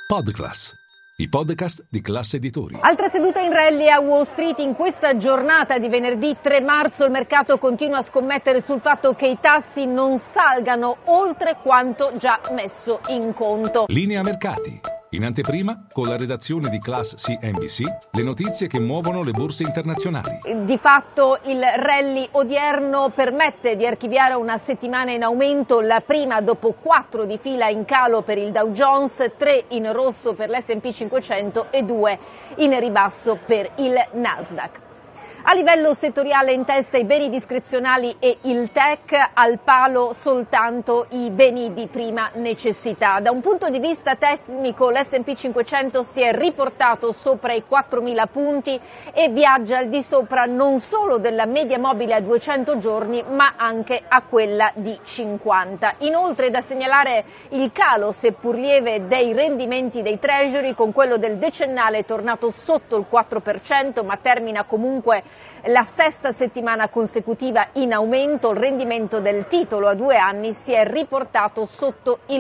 Podclass, i podcast di Class Editori. Altra seduta in rally a Wall Street. In questa giornata di venerdì 3 marzo il mercato continua a scommettere sul fatto che i tassi non salgano oltre quanto già messo in conto. Linea mercati. In anteprima, con la redazione di Class CNBC, le notizie che muovono le borse internazionali. Di fatto il rally odierno permette di archiviare una settimana in aumento, la prima dopo 4 di fila in calo per il Dow Jones, 3 in rosso per l'S&P 500 e 2 in ribasso per il Nasdaq. A livello settoriale in testa i beni discrezionali e il tech, al palo soltanto i beni di prima necessità. Da un punto di vista tecnico l'S&P 500 si è riportato sopra i 4.000 punti e viaggia al di sopra non solo della media mobile a 200 giorni ma anche a quella di 50. Inoltre da segnalare il calo, seppur lieve, dei rendimenti dei treasury, con quello del decennale tornato sotto il 4% ma termina comunque la sesta settimana consecutiva in aumento. Il rendimento del titolo a 2 anni si è riportato sotto il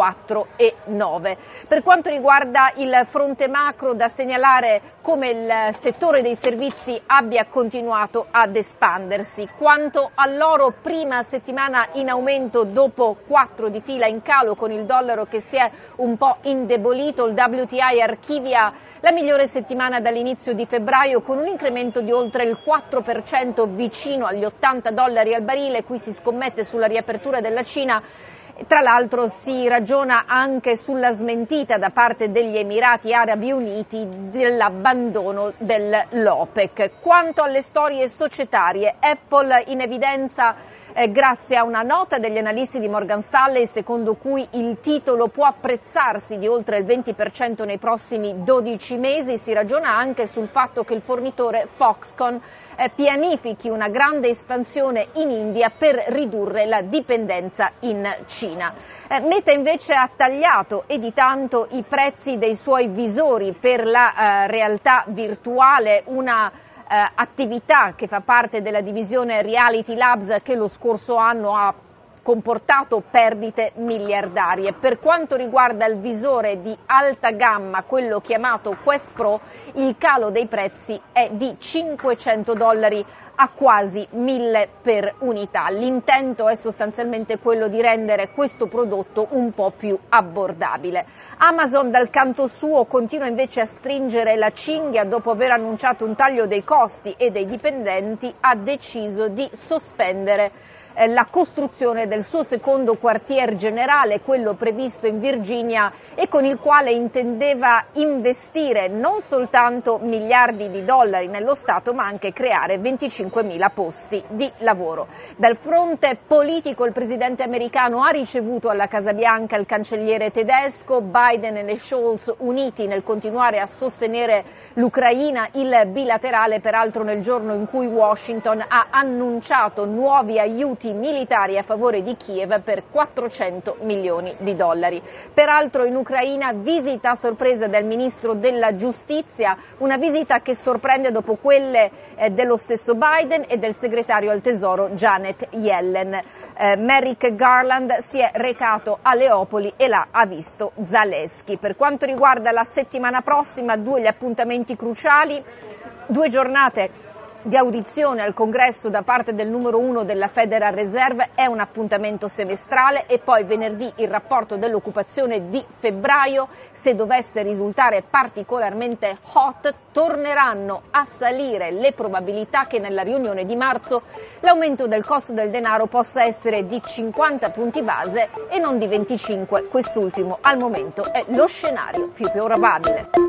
4,9. Per quanto riguarda il fronte macro, da segnalare come il settore dei servizi abbia continuato ad espandersi. Quanto all'oro, prima settimana in aumento dopo 4 di fila in calo, con il dollaro che si è un po' indebolito. Il WTI archivia la migliore settimana dall'inizio di febbraio con un incremento di oltre il 4%, vicino agli $80 al barile. Qui si scommette sulla riapertura della Cina. Tra l'altro si ragiona anche sulla smentita da parte degli Emirati Arabi Uniti dell'abbandono dell'OPEC. Quanto alle storie societarie, Apple in evidenza grazie a una nota degli analisti di Morgan Stanley secondo cui il titolo può apprezzarsi di oltre il 20% nei prossimi 12 mesi. Si ragiona anche sul fatto che il fornitore Foxconn pianifichi una grande espansione in India per ridurre la dipendenza in Cina. Meta invece ha tagliato e di tanto i prezzi dei suoi visori per la realtà virtuale, una attività che fa parte della divisione Reality Labs che lo scorso anno ha comportato perdite miliardarie. Per quanto riguarda il visore di alta gamma, quello chiamato Quest Pro, il calo dei prezzi è di $500 a quasi 1.000 per unità. L'intento è sostanzialmente quello di rendere questo prodotto un po' più abbordabile. Amazon dal canto suo continua invece a stringere la cinghia. Dopo aver annunciato un taglio dei costi e dei dipendenti, ha deciso di sospendere la costruzione del suo secondo quartier generale, quello previsto in Virginia, e con il quale intendeva investire non soltanto miliardi di dollari nello Stato ma anche creare 25.000 posti di lavoro. Dal fronte politico il presidente americano ha ricevuto alla Casa Bianca il cancelliere tedesco. Biden e Scholz uniti nel continuare a sostenere l'Ucraina, il bilaterale peraltro nel giorno in cui Washington ha annunciato nuovi aiuti militari a favore di Kiev per $400 milioni. Peraltro in Ucraina visita a sorpresa del ministro della giustizia, una visita che sorprende dopo quelle dello stesso Biden e del segretario al tesoro Janet Yellen. Merrick Garland si è recato a Leopoli e là ha visto Zalewski. Per quanto riguarda la settimana prossima, 2 gli appuntamenti cruciali, 2 giornate di audizione al Congresso da parte del numero 1 della Federal Reserve, è un appuntamento semestrale, e poi venerdì il rapporto dell'occupazione di febbraio. Se dovesse risultare particolarmente hot, torneranno a salire le probabilità che nella riunione di marzo l'aumento del costo del denaro possa essere di 50 punti base e non di 25. Quest'ultimo al momento è lo scenario più probabile.